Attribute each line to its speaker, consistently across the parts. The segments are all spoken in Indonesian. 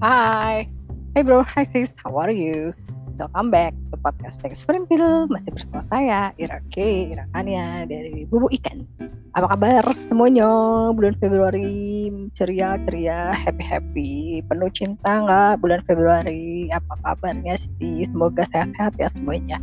Speaker 1: Hai. Hey bro, hi sis, how are you? Welcome back to podcast Teks Sprintil. Masih bersama saya, Ira K, Ira Kania dari Bubuk Ikan. Apa kabar semuanya? Bulan Februari ceria-ceria, happy-happy, penuh cinta nggak bulan Februari? Apa kabarnya sih? Semoga sehat-sehat ya semuanya.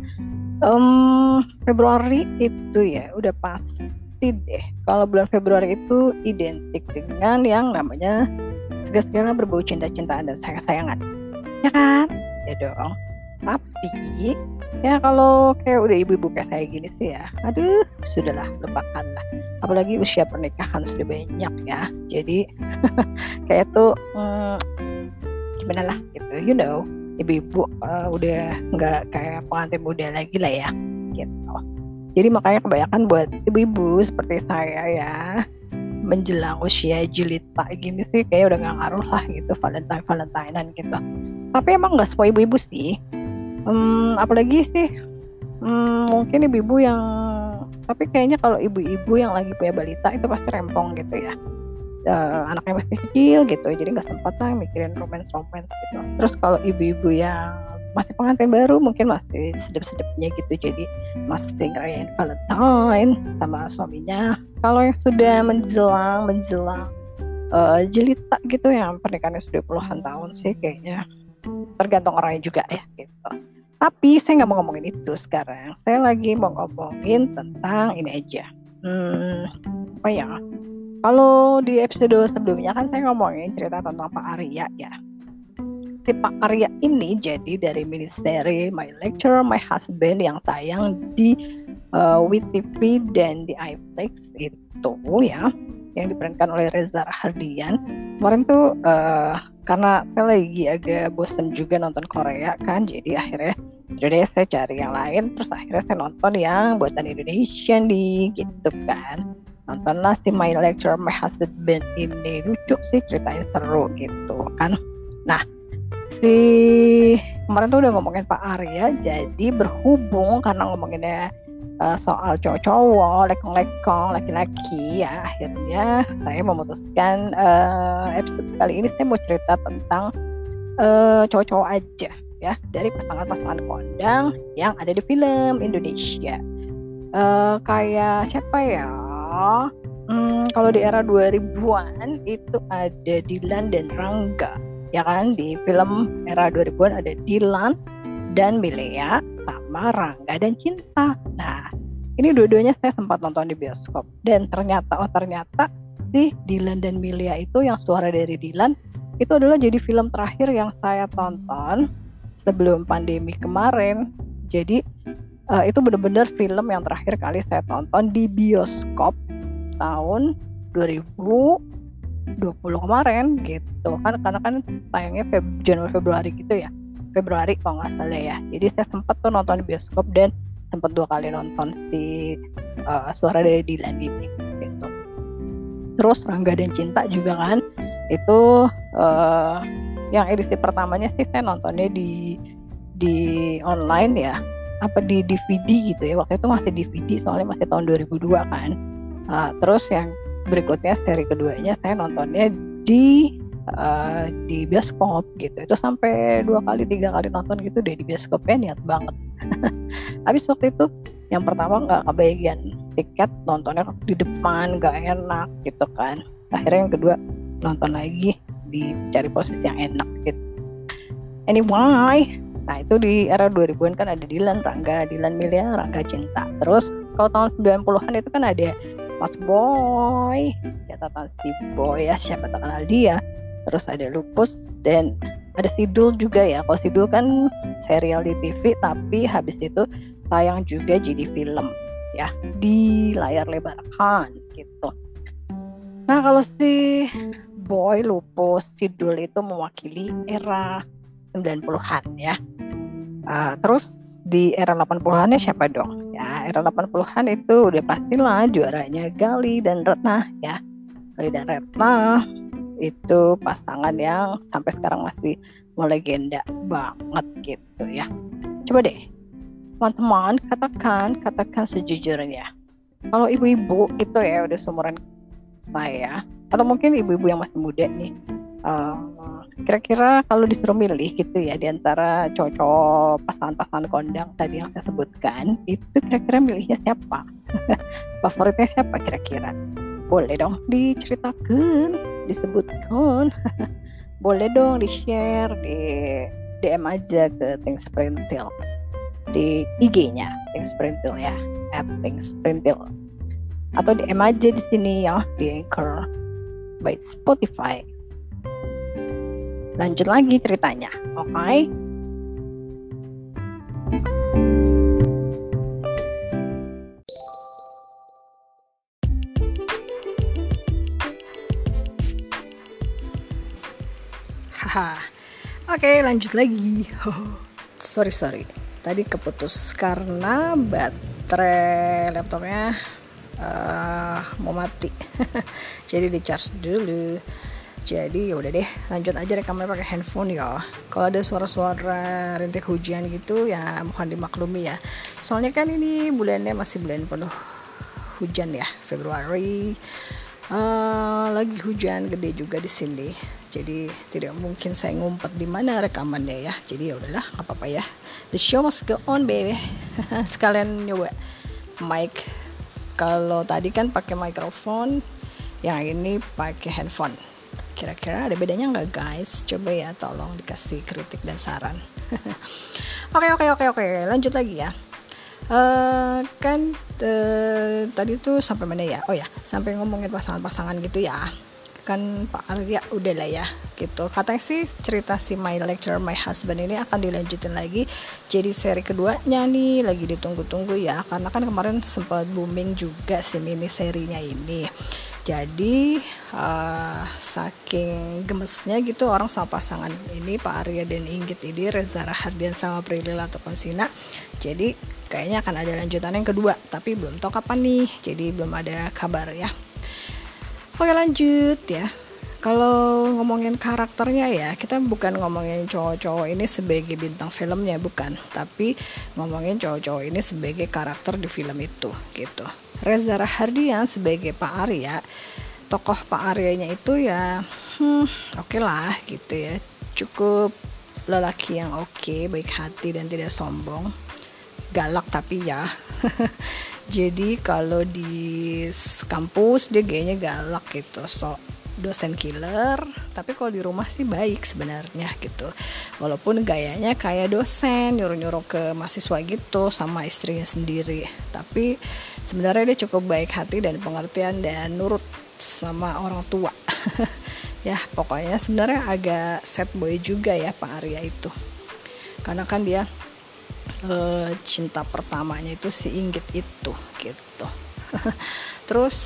Speaker 1: Februari itu ya udah pasti deh. Kalau bulan Februari itu identik dengan yang namanya segala-segala berbau cinta-cintaan dan sayang-sayangan, ya kan? Ya dong. Tapi ya kalau kayak udah ibu-ibu kayak saya gini sih ya, aduh sudahlah, lupakanlah. Apalagi usia pernikahan sudah banyak ya, jadi kayak tuh gimana lah gitu, ibu-ibu udah nggak kayak pengantin muda lagi lah ya, gitu. Jadi makanya kebanyakan buat ibu-ibu seperti saya ya, menjelang usia jelita gini sih kayak udah gak ngaruh lah gitu Valentinean gitu. Tapi emang gak semua ibu-ibu sih, apalagi sih mungkin ibu-ibu yang, tapi kayaknya kalau ibu-ibu yang lagi punya balita itu pasti rempong gitu ya, anaknya masih kecil gitu, jadi gak sempat lah mikirin romance gitu. Terus kalau ibu-ibu yang masih pengantin baru mungkin masih sedep-sedepnya gitu, jadi masih ngerayain Valentine sama suaminya. Kalau yang sudah menjelang jelita gitu, yang pernikahannya sudah puluhan tahun sih kayaknya tergantung orangnya juga ya gitu. Tapi saya nggak mau ngomongin itu sekarang. Saya lagi mau ngomongin tentang ini aja. Apa ya? Kalau di episode sebelumnya kan saya ngomongin cerita tentang Pak Arya ya. Si Pak Arya ini jadi dari miniseri My Lecturer, My Husband yang tayang di WeTV dan di iFlix itu ya, yang diperankan oleh Reza Rahardian. Kemarin tuh karena saya lagi agak bosen juga nonton Korea kan, jadi akhirnya jadi saya cari yang lain, terus akhirnya saya nonton yang buatan Indonesia nih gitu kan. Nontonlah si My Lecturer, My Husband ini, lucu sih, ceritanya seru gitu kan. Nah, si kemarin tuh udah ngomongin Pak Arya, jadi berhubung karena ngomonginnya soal cowok-cowok, lekong-lekong, laki-laki ya, akhirnya saya memutuskan episode kali ini saya mau cerita tentang cowok-cowok aja ya, dari pasangan-pasangan kondang yang ada di film Indonesia. Kayak siapa ya? Kalau di era 2000-an itu ada Dilan dan Rangga. Ya kan, di film era 2000-an ada Dilan dan Milea sama Rangga dan Cinta. Nah, ini dua-duanya saya sempat nonton di bioskop, dan ternyata si Dilan dan Milea itu, yang suara dari Dilan itu adalah jadi film terakhir yang saya tonton sebelum pandemi kemarin. Jadi itu benar-benar film yang terakhir kali saya tonton di bioskop tahun 2020 kemarin gitu kan, karena kan tayangnya Januari Februari gitu ya, Februari kalau nggak salah ya. Jadi saya sempat tuh nonton di bioskop dan sempat 2 kali nonton si suara dari Dilan ini gitu. Terus Rangga dan Cinta juga kan, itu yang edisi pertamanya sih saya nontonnya di online ya, apa di DVD gitu ya, waktu itu masih DVD soalnya masih tahun 2002 kan. Terus yang berikutnya seri keduanya saya nontonnya di bioskop gitu. Itu sampai 2 kali 3 kali nonton gitu deh di bioskopnya, niat banget. Habis waktu itu yang pertama nggak kebagian tiket, nontonnya di depan nggak enak gitu kan. Akhirnya yang kedua nonton lagi, dicari posisi yang enak gitu. Anyway, nah itu di era 2000-an kan ada Dilan, Rangga, Dilan Milea, Rangga Cinta. Terus kalau tahun 90-an itu kan ada Mas Boy, catatan si Boy ya, siapa tak kenal dia. Terus ada Lupus dan ada Sidul juga ya. Kalau Sidul kan serial di TV, tapi habis itu tayang juga jadi film ya di layar lebar kan gitu. Nah kalau si Boy, Lupus, Sidul itu mewakili era 90-an ya. Terus di era 80-an siapa dong? Ya, era 80-an itu udah pastilah juaranya Gali dan Retna ya. Gali dan Retna itu pasangan yang sampai sekarang masih melegenda banget gitu ya. Coba deh teman-teman katakan sejujurnya, kalau ibu-ibu itu ya udah seumuran saya, atau mungkin ibu-ibu yang masih muda nih, Eh, Kira-kira kalau disuruh milih gitu ya di antara cowok pasangan-pasangan kondang tadi yang saya sebutkan, itu kira-kira milihnya siapa? Favoritnya siapa kira-kira? Boleh dong diceritakan, disebutkan. Boleh dong di-share di DM aja ke Things Printil di IG-nya Things Printil ya, @thingsprintil. Atau DM aja di sini ya di Anchor by Spotify. Lanjut lagi ceritanya, oke? Haha. Oke, lanjut lagi. Sorry. Tadi keputus karena baterai laptopnya mau mati. Jadi di charge dulu. Jadi udah deh, lanjut aja rekamannya pakai handphone ya. Kalau ada suara-suara rintik hujan gitu ya mohon dimaklumi ya. Soalnya kan ini bulannya masih bulan penuh hujan ya, Februari. Lagi hujan gede juga di sini. Jadi tidak mungkin saya ngumpet di mana rekamannya ya. Jadi ya udahlah, nggak apa-apa ya. The show must go on baby. Sekalian nyoba mic. Kalau tadi kan pakai mikrofon, yang ini pakai handphone. Kira-kira ada bedanya nggak guys? Coba ya tolong dikasih kritik dan saran. Oke. Lanjut lagi ya. Tadi tuh sampai mana ya? Oh ya, sampai ngomongin pasangan-pasangan gitu ya. Kan Pak Arya udah lah ya gitu. Katanya sih cerita si My Lecturer My Husband ini akan dilanjutin lagi. Jadi seri keduanya nih lagi ditunggu-tunggu ya. Karena kan kemarin sempat booming juga si mini serinya ini. Jadi saking gemesnya gitu orang sama pasangan ini Pak Arya dan Inggit ini, Reza Rahardian sama Prilly Latuconsina. Jadi kayaknya akan ada lanjutan yang kedua, tapi belum tahu kapan nih. Jadi belum ada kabar ya. Oke lanjut ya. Kalau ngomongin karakternya ya, kita bukan ngomongin cowok-cowok ini sebagai bintang filmnya, bukan. Tapi ngomongin cowok-cowok ini sebagai karakter di film itu gitu. Reza Rahardian sebagai Pak Arya, tokoh Pak Aryanya itu ya oke lah gitu ya. Cukup lelaki yang oke, baik hati dan tidak sombong. Galak tapi ya. Jadi kalau di kampus dia kayaknya galak gitu, dosen killer, tapi kalau di rumah sih baik sebenarnya gitu. Walaupun gayanya kayak dosen, nyuruh-nyuruh ke mahasiswa gitu sama istrinya sendiri. Tapi sebenarnya dia cukup baik hati dan pengertian dan nurut sama orang tua. Ya pokoknya sebenarnya agak sad boy juga ya Pak Arya itu. Karena kan dia cinta pertamanya itu si Inggit itu gitu. Terus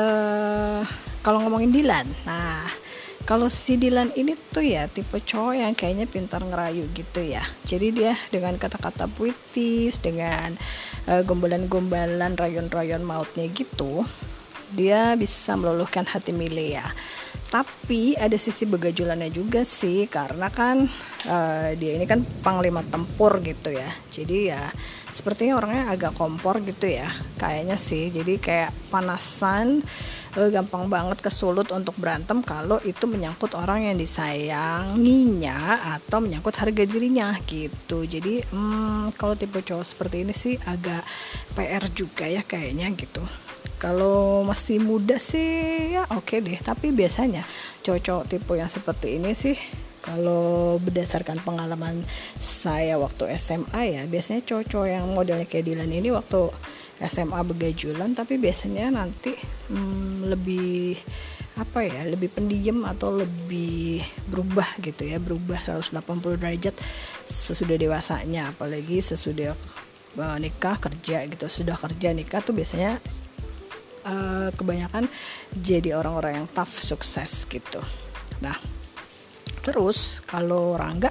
Speaker 1: kalau ngomongin Dilan, nah kalau si Dilan ini tuh ya tipe cowok yang kayaknya pintar ngerayu gitu ya. Jadi dia dengan kata-kata puitis, dengan gombalan-gombalan rayon-rayon mautnya gitu, dia bisa meluluhkan hati Milea. Tapi ada sisi begajulannya juga sih, karena kan dia ini kan panglima tempur gitu ya. Jadi ya sepertinya orangnya agak kompor gitu ya kayaknya sih. Jadi kayak panasan, gampang banget kesulut untuk berantem kalau itu menyangkut orang yang disayanginya atau menyangkut harga dirinya gitu. Jadi kalau tipe cowok seperti ini sih agak PR juga ya kayaknya gitu. Kalau masih muda sih ya oke deh, tapi biasanya cowok-cowok tipe yang seperti ini sih, kalau berdasarkan pengalaman saya waktu SMA ya, biasanya cowok-cowok yang modelnya kayak Dilan ini waktu SMA begajulan, tapi biasanya nanti lebih lebih pendiam atau lebih berubah gitu ya, berubah 180 derajat sesudah dewasanya, apalagi sesudah nikah kerja gitu. Sudah kerja nikah tuh biasanya kebanyakan jadi orang-orang yang tough, sukses gitu. Nah terus kalau Rangga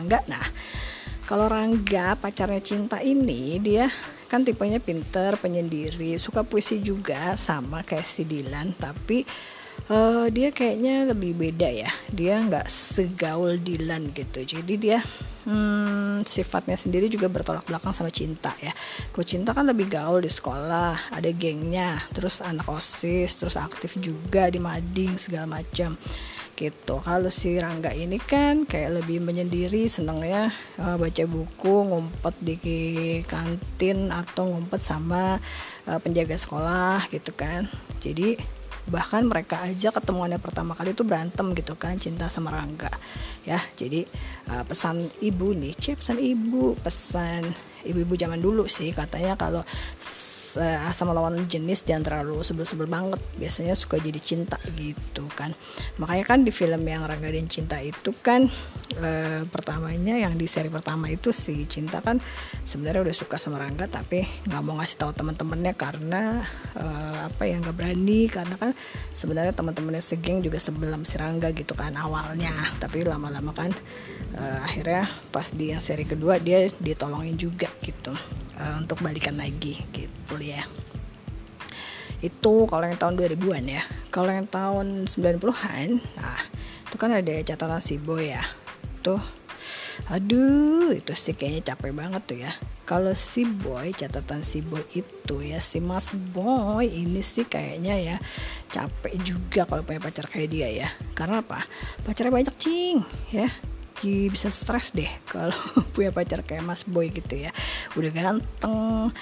Speaker 1: pacarnya Cinta ini, dia kan tipenya pinter, penyendiri, suka puisi juga sama kayak si Dilan, tapi dia kayaknya lebih beda ya. Dia nggak segaul Dilan gitu. Jadi dia sifatnya sendiri juga bertolak belakang sama Cinta ya. Kalau Cinta kan lebih gaul di sekolah, ada gengnya, terus anak OSIS, terus aktif juga di mading segala macam gitu. Kalau si Rangga ini kan kayak lebih menyendiri, senengnya baca buku, ngumpet di kantin atau ngumpet sama penjaga sekolah gitu kan. Jadi bahkan mereka aja ketemuannya pertama kali itu berantem gitu kan, Cinta sama Rangga ya. Jadi pesan ibu zaman dulu sih katanya kalau sama lawan jenis jangan terlalu sebel-sebel banget, biasanya suka jadi cinta gitu kan. Makanya kan di film yang Rangga dan Cinta itu kan pertamanya yang di seri pertama itu si Cinta kan sebenarnya udah suka sama Rangga tapi nggak mau ngasih tahu teman-temannya karena nggak berani, karena kan sebenarnya teman-temannya segeng juga sebelum si Rangga gitu kan awalnya, tapi lama-lama kan akhirnya pas di yang seri kedua dia ditolongin juga gitu untuk balikan lagi gitu ya. Itu kalau yang tahun 2000-an ya. Kalau yang tahun 90-an, nah itu kan ada catatan si Boy ya. Tuh, aduh itu sih kayaknya capek banget tuh ya. Kalau si Boy, catatan si Boy itu ya, si Mas Boy ini sih kayaknya ya capek juga kalau punya pacar kayak dia ya. Karena apa? Pacarnya banyak cing ya. Bisa stres deh kalau punya pacar kayak Mas Boy gitu ya. Udah ganteng,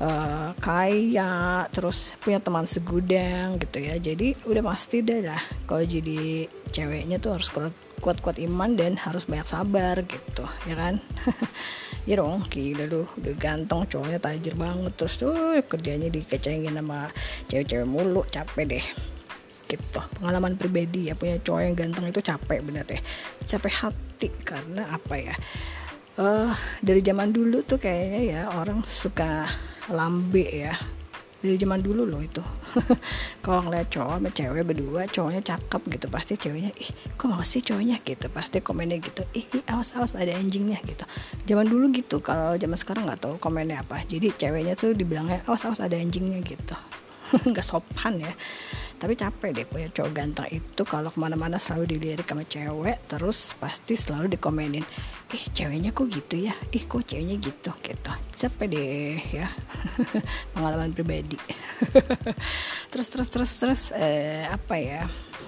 Speaker 1: kaya, terus punya teman segudang gitu ya. Jadi udah pasti deh lah kalau jadi ceweknya tuh harus kuat-kuat iman dan harus banyak sabar gitu ya kan. Ya dong, gila lu, udah ganteng, cowoknya tajir banget, terus tuh kerjanya dikecengin sama cewek-cewek mulu, capek deh gitu. Pengalaman pribadi ya, punya cowok yang ganteng itu capek bener deh, capek hati. Karena apa ya, dari zaman dulu tuh kayaknya ya orang suka lambe ya, dari zaman dulu loh itu. Kalau ngeliat cowok sama cewek berdua, cowoknya cakep gitu, pasti ceweknya ih kok mau sih cowoknya gitu, pasti komennya gitu, ih awas ada anjingnya gitu. Zaman dulu gitu. Kalau zaman sekarang nggak tahu komennya apa. Jadi ceweknya tuh dibilangnya awas ada anjingnya gitu. Nggak sopan ya. Tapi capek deh punya cowok ganteng itu, kalau kemana-mana selalu dilirik sama cewek, terus pasti selalu dikomenin, ceweknya kok gitu ya, kok ceweknya gitu. Capek deh ya. Pengalaman pribadi. terus apa ya,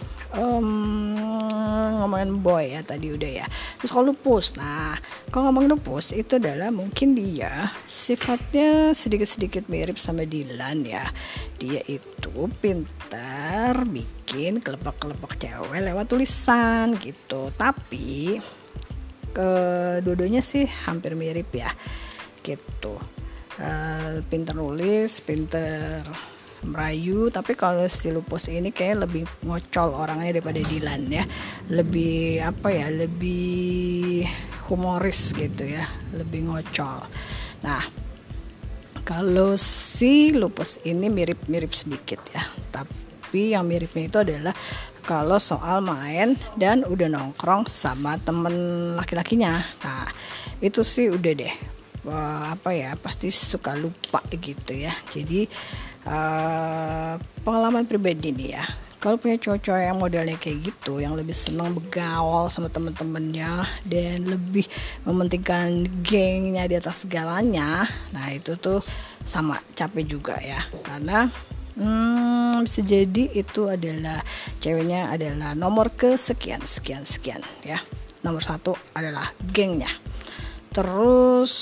Speaker 1: ngomongin Boy ya tadi udah ya. Terus kalau Lupus, nah kalau ngomongin Lupus itu adalah mungkin dia sifatnya sedikit-sedikit mirip sama Dilan ya. Dia itu pintar bikin kelepek-kelepek cewek lewat tulisan gitu. Tapi kedua-duanya sih hampir mirip ya gitu. Pintar nulis, pintar merayu. Tapi kalau si Lupus ini kayak lebih ngocol orangnya daripada Dilan ya. Lebih lebih humoris gitu ya, lebih ngocol. Nah kalau si Lupus ini mirip-mirip sedikit ya, tapi yang miripnya itu adalah kalau soal main dan udah nongkrong sama temen laki-lakinya. Nah itu sih udah deh pasti suka lupa gitu ya. Jadi pengalaman pribadi nih ya, kalau punya cowok-cowok yang modelnya kayak gitu, yang lebih senang begaul sama temen-temennya dan lebih mementingkan gengnya di atas segalanya, nah itu tuh sama capek juga ya. Karena bisa jadi itu adalah ceweknya adalah nomor kesekian ya. Nomor 1 adalah gengnya. Terus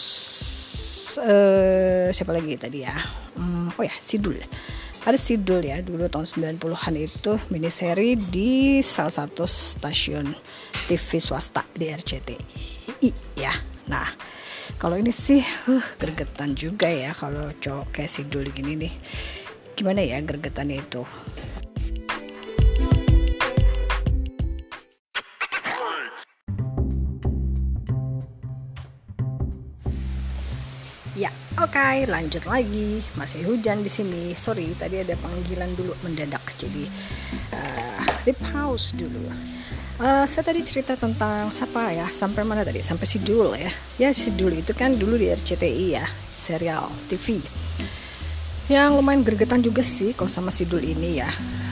Speaker 1: siapa lagi tadi ya, Sidul. Ada Sidul ya, dulu tahun 90-an itu miniseri di salah satu stasiun TV swasta di RCTI ya. Nah kalau ini sih gregetan juga ya kalau cowok kayak Sidul gini nih. Gimana ya gregetannya itu. Ya, oke, lanjut lagi. Masih hujan di sini. Sorry, tadi ada panggilan dulu mendadak, jadi di pause dulu. Saya tadi cerita tentang siapa ya? Sampai mana tadi? Sampai Sidul ya. Ya Sidul itu kan dulu di RCTI ya, serial TV. Yang lumayan gregetan juga sih kalau sama Sidul ini ya.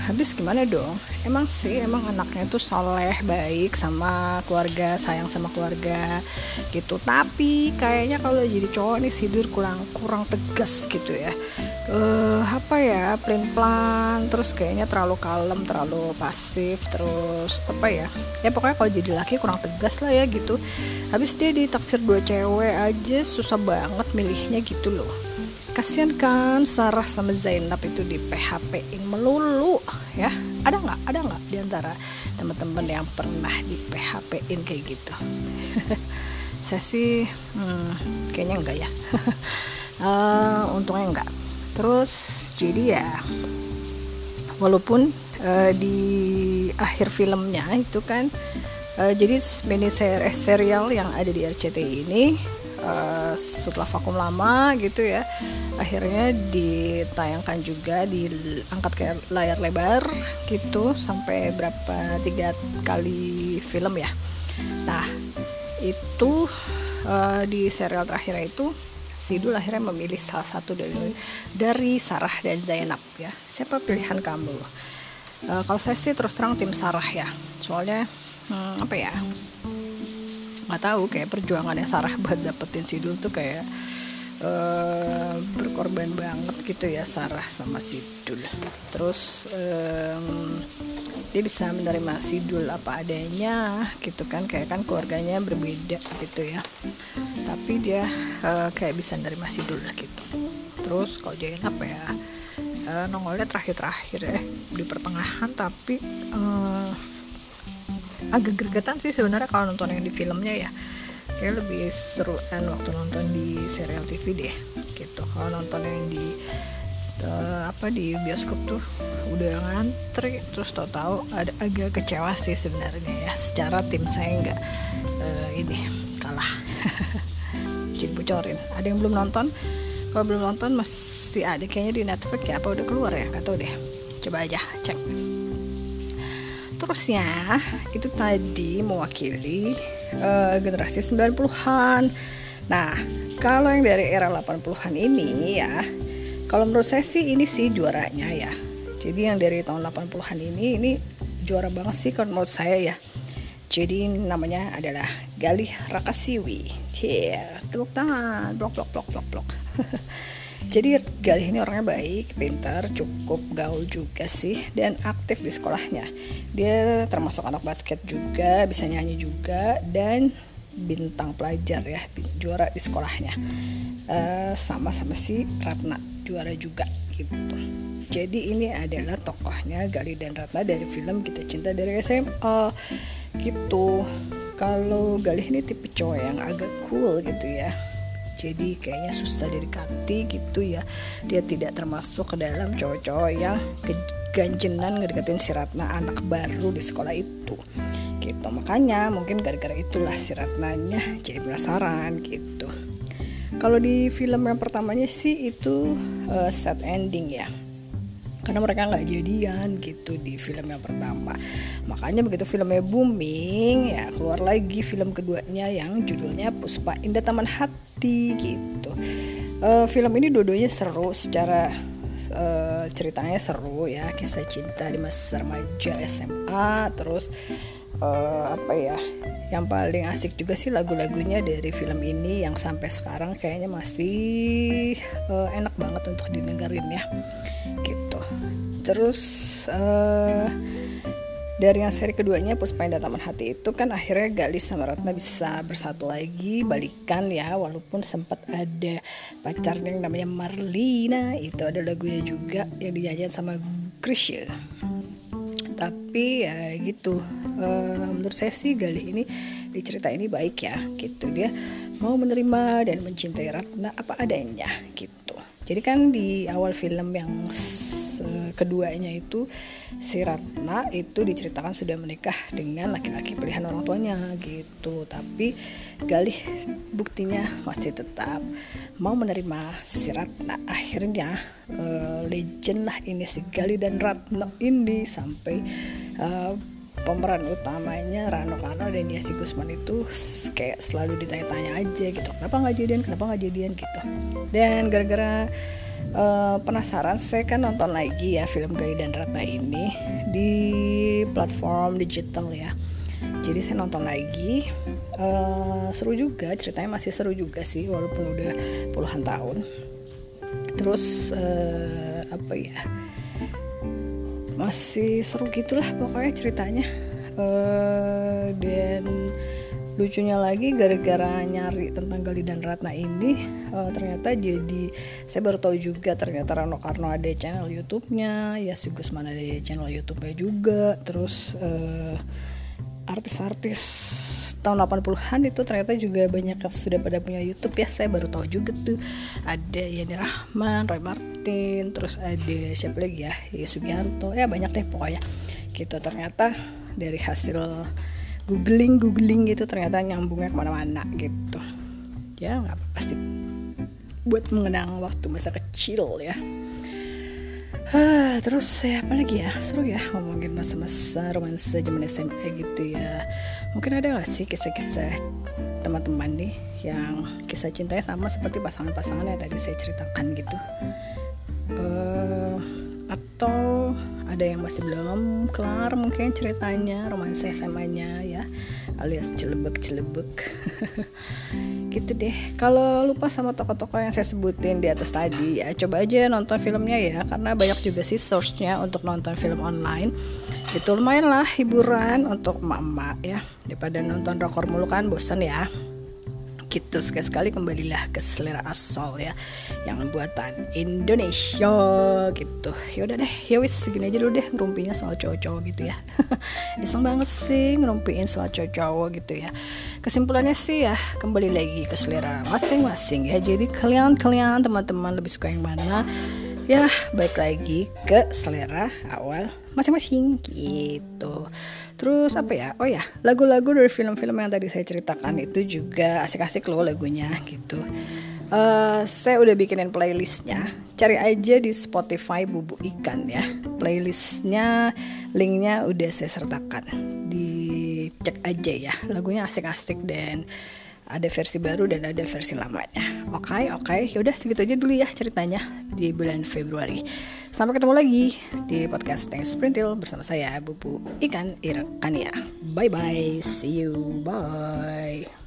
Speaker 1: habis gimana dong, emang anaknya tuh soleh, baik sama keluarga, sayang sama keluarga gitu. Tapi kayaknya kalau jadi cowok nih Sidur kurang tegas gitu ya. Apa ya, plan-plan, terus kayaknya terlalu kalem, terlalu pasif, terus apa ya pokoknya kalau jadi laki kurang tegas lah ya gitu. Habis dia ditaksir 2 cewek aja susah banget milihnya gitu loh. Kasian kan Sarah sama Zainab itu di PHP-in melulu ya. Ada nggak di antara teman-teman yang pernah di PHP-in kayak gitu? Saya sih kayaknya enggak ya. Untungnya enggak. Terus jadi ya walaupun di akhir filmnya itu kan jadi mini serial yang ada di RCTI ini setelah vakum lama gitu ya, akhirnya ditayangkan juga, diangkat ke layar lebar gitu sampai 3 kali film ya. Nah itu di serial terakhir itu Sidul akhirnya memilih salah satu dari Sarah dan Zainab ya. Siapa pilihan kamu? Kalau saya sih terus terang tim Sarah ya, soalnya apa ya, nggak tahu, kayak perjuangannya Sarah buat dapetin Sidul tuh kayak berkorban banget gitu ya Sarah sama Sidul. Terus dia bisa menerima Sidul apa adanya gitu kan, kayak kan keluarganya berbeda gitu ya, tapi dia kayak bisa menerima Sidul gitu. Terus kalau Zainab ya nongolnya terakhir-terakhir ya, di pertengahan, tapi agak gregetan sih sebenarnya kalau nonton yang di filmnya ya. Kayak lebih seruan waktu nonton di serial TV deh gitu. Kalau nonton yang di di bioskop tuh udah ngantri, terus tahu-tahu ada agak kecewa sih sebenarnya ya. Secara tim saya nggak kalah. Jadi bocorin. Ada yang belum nonton? Kalau belum nonton masih ada kayaknya di Netflix ya, apa udah keluar ya? Nggak tahu deh. Coba aja cek. Terus ya, itu tadi mewakili generasi 90-an. Nah, kalau yang dari era 80-an ini ya, kalau menurut saya sih ini sih juaranya ya. Jadi yang dari tahun 80-an ini juara banget sih kalau menurut saya ya. Jadi namanya adalah Galih Rakasiwi. Tepuk tangan, blok. Jadi Galih ini orangnya baik, pintar, cukup gaul juga sih, dan aktif di sekolahnya. Dia termasuk anak basket juga, bisa nyanyi juga, dan bintang pelajar ya, juara di sekolahnya. Sama-sama si Ratna juara juga gitu. Jadi ini adalah tokohnya Galih dan Ratna dari film Kita Cinta dari SMA gitu. Kalau Galih ini tipe cowok yang agak cool gitu ya. Jadi kayaknya susah didekati gitu ya. Dia tidak termasuk ke dalam cowok-cowok yang keganjenan ngedeketin si Ratna, anak baru di sekolah itu gitu. Makanya mungkin gara-gara itulah si Ratnanya jadi penasaran gitu. Kalau di film yang pertamanya sih itu sad ending ya, karena mereka nggak jadian gitu di film yang pertama. Makanya begitu filmnya booming ya, keluar lagi film keduanya yang judulnya Puspa Indah Taman Hati gitu. Film ini dua-duanya seru, secara ceritanya seru ya, kisah cinta di masa remaja SMA. Terus yang paling asik juga sih lagu-lagunya dari film ini yang sampai sekarang kayaknya masih enak banget untuk didengerin ya gitu. Terus dari yang seri keduanya Puspa Indah Taman Hati itu kan akhirnya Galih sama Ratna bisa bersatu lagi, balikan ya, walaupun sempat ada pacarnya yang namanya Marlina, itu ada lagunya juga yang dinyanyiin sama Chrisye. Tapi ya gitu, menurut saya sih Galih ini di cerita ini baik ya gitu, dia mau menerima dan mencintai Ratna apa adanya gitu. Jadi kan di awal film yang keduanya itu si Ratna itu diceritakan sudah menikah dengan laki-laki pilihan orang tuanya gitu, tapi Galih buktinya masih tetap mau menerima si Ratna. Akhirnya legend lah ini si Galih dan Ratna ini sampai pemeran utamanya Rano Karno dan Yassi Gusman itu kayak selalu ditanya-tanya aja gitu, kenapa nggak jadian gitu. Dan gara-gara penasaran, saya kan nonton lagi ya film Gali dan Ratna ini di platform digital ya. Jadi saya nonton lagi, seru juga, ceritanya masih seru juga sih walaupun udah puluhan tahun. Terus masih seru gitulah pokoknya ceritanya. Dan lucunya lagi gara-gara nyari tentang Gali dan Ratna ini, ternyata jadi saya baru tahu juga ternyata Rano Karno ada channel YouTube-nya, Yassi Gusman ada channel YouTube-nya juga. Terus artis-artis tahun 80-an itu ternyata juga banyak yang sudah pada punya YouTube ya. Saya baru tahu juga tuh ada Yani Rahman, Roy Martin, terus ada siapa lagi ya, Sugianto, ya banyak deh pokoknya gitu. Ternyata dari hasil googling gitu ternyata nyambungnya kemana-mana gitu ya. Nggak apa, pasti buat mengenang waktu masa kecil ya. Terus ya apa lagi ya, seru ya ngomongin masa-masa romansa zaman SMA gitu ya. Mungkin ada gak sih kisah-kisah teman-teman nih yang kisah cintanya sama seperti pasangan-pasangan yang tadi saya ceritakan gitu, atau ada yang masih belum kelar mungkin ceritanya romansa SMA-nya ya, alias celebek gitu deh. Kalau lupa sama tokoh-tokoh yang saya sebutin di atas tadi ya, coba aja nonton filmnya ya, karena banyak juga sih source-nya untuk nonton film online. Itu lumayan lah hiburan untuk emak-emak ya, daripada nonton drakor mulu kan bosan ya gitu. Sekali-sekali kembalilah ke selera asal ya, yang buatan Indonesia gitu. Yaudah deh, yowis segini aja dulu deh ngerumpinya soal cowok-cowok gitu ya. Iseng banget sih ngerumpiin soal cowok-cowok gitu ya. Kesimpulannya sih ya, kembali lagi ke selera masing-masing ya. Jadi kalian teman-teman lebih suka yang mana ya, baik lagi ke selera awal masing-masing gitu. Terus apa ya, oh ya, lagu-lagu dari film-film yang tadi saya ceritakan itu juga asik-asik loh lagunya gitu. Saya udah bikinin playlistnya, cari aja di Spotify Bubu Ikan ya. Playlistnya, linknya udah saya sertakan, dicek aja ya. Lagunya asik-asik dan ada versi baru dan ada versi lamanya. Oke, yaudah segitu aja dulu ya ceritanya di bulan Februari. Sampai ketemu lagi di podcast Thanks Printil bersama saya Bubu Ikan Irkania. Bye bye, see you, bye.